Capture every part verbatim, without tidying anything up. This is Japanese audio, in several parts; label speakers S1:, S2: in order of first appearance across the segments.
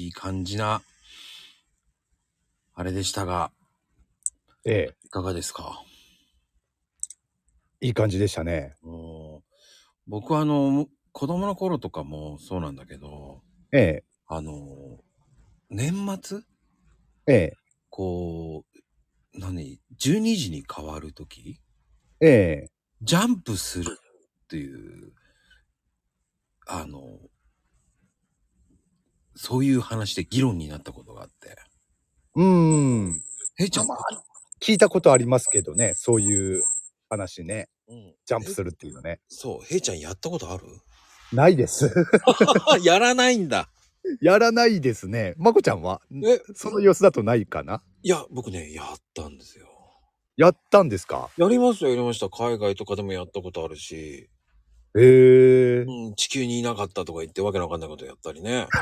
S1: い感じな、あれでしたが、
S2: ええ、
S1: いかがですか？
S2: いい感じでしたね。
S1: もう僕はあの、子供の頃とかもそうなんだけど、
S2: ええ、
S1: あの、年末
S2: ええ、
S1: こう、何 ?じゅうに 時に変わるとき、
S2: ええ、
S1: ジャンプするっていう、あの、そういう話で議論になったことがあって。
S2: うーん。
S1: へいちゃん、
S2: たまに聞いたことありますけどね、そういう話ね。
S1: うん。へ
S2: ジャンプするっていうのね。
S1: そう、へいちゃんやったことある？
S2: ないです。
S1: やらないんだ。
S2: やらないですね。まこちゃんは？ん
S1: え、
S2: その様子だとないかな？
S1: いや、僕ね、やったんですよ。
S2: やったんですか？
S1: やりましたやりました。海外とかでもやったことあるし、
S2: ええ。
S1: うん、地球にいなかったとか言ってわけのわかんないことやったりね。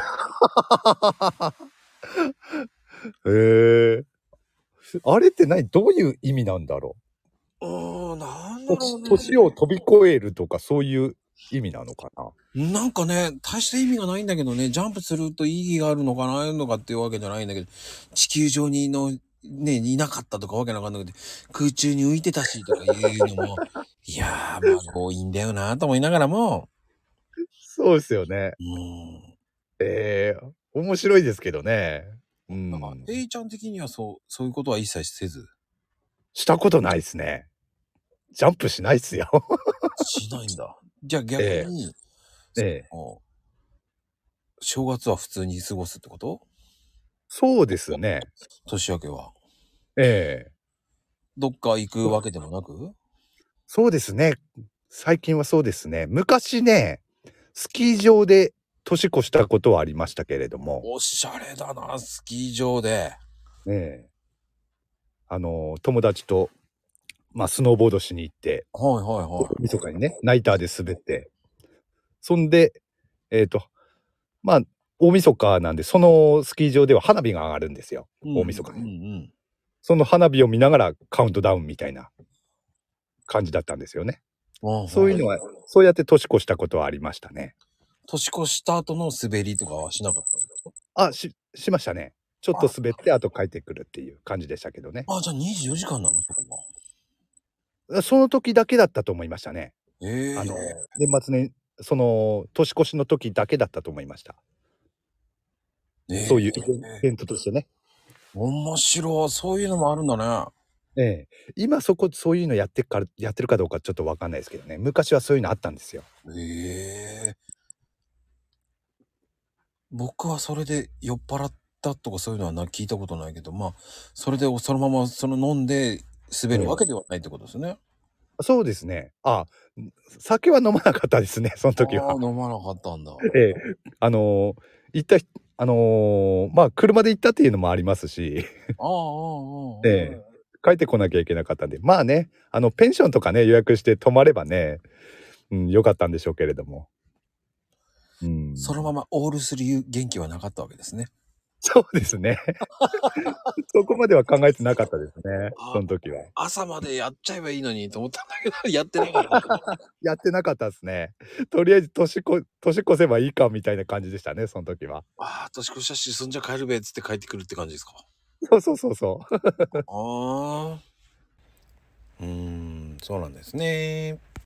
S2: へえ。あれって何どういう意味なんだろ
S1: うーん、なん
S2: う？
S1: だろうね。
S2: 年を飛び越えるとかそういう意味なのかな？
S1: なんかね、大した意味がないんだけどね、ジャンプすると意義があるのかないのかっていうわけじゃないんだけど、地球上にの、ね、いなかったとかわけのわかんなくて、空中に浮いてたしとかいうのも、いやー、まあ強引だよなと思いながらも、
S2: そうですよね。
S1: うーん。
S2: ええ、面白いですけどね。う
S1: なんか、
S2: ん。
S1: A ちゃん的にはそう、そういうことは一切せず、
S2: したことないですね。ジャンプしないっすよ。
S1: しないんだ。じゃあ逆
S2: え
S1: に、
S2: え、え
S1: そ
S2: え。
S1: の正月は普通に過ごすってこと？
S2: そうですね。
S1: 年明けは。
S2: ええ。
S1: どっか行くわけでもなく？
S2: そうですね。最近はそうですね。昔ね、スキー場で年越したことはありましたけれども、
S1: おしゃれだな、スキー場で。
S2: ええ、あの、友達と、まあ、スノーボードしに行って、
S1: はいはい
S2: 大
S1: は
S2: 晦日にね、ナイターで滑って、そんで、えっと、まあ、大晦日なんで、そのスキー場では花火が上がるんですよ、
S1: い。うん
S2: 大晦日に。
S1: うんうん
S2: その花火を見ながらカウントダウンみたいな感じだったんですよね。
S1: うん。はいはい。
S2: そういうのは、そうやって年越したことはありましたね。
S1: 年越した後の滑りとかはしなかったんですか？
S2: あ、ししましたね。ちょっと
S1: あ、
S2: 滑って、あと帰ってくるっていう感じでしたけどね。
S1: あ、じゃあにじゅうよじかんなのそこは。
S2: あ、その時だけだったと思いましたね。
S1: ええ。
S2: あの、年末年その、年越しの時だけだったと思いました。
S1: え
S2: そういうイベンイ
S1: え。
S2: ベントとしてね。
S1: 面白い。そういうのもあるんだね。
S2: ええ。今そこそういうのやってっからやってるかどうかちょっとわかんないですけどね。昔はそういうのあったんですよ。
S1: ええ。僕はそれで酔っ払ったとかそういうのはな聞いたことないけど、まあ、それでそのままその飲んで滑
S2: ええ。
S1: るわけではないってことですね。
S2: そうですね。あ、ん、酒は飲まなかったですね、そん
S1: あ
S2: 時は。
S1: あ、飲まなかったんだ。
S2: ええ。あの、行ったひあの、まあ、車で行ったっていうのもありますし、
S1: ああ、ああ、ああ、ああ。
S2: ええ。帰ってこなきゃいけなかったんで、まあね、あの、ペンションとかね、予約して泊まればね、うん、良かったんでしょうけれども。うん。
S1: そのままオールするゆ元気はなかったわけですね。
S2: そうですね。そこまでは考えてなかったですね、
S1: あ
S2: そん時は。
S1: あ、朝までやっちゃえばいいのにと思ったんだけど、やってなかったんだ。
S2: やってなかったですね。とりあえず年こ年越せばいいかみたいな感じでしたね、そん時は。
S1: ああ、年越したし、そんじゃ帰るべっつって帰ってくるって感じですか。
S2: そうそうそうそう。
S1: ああ。うーん、そうなんですね。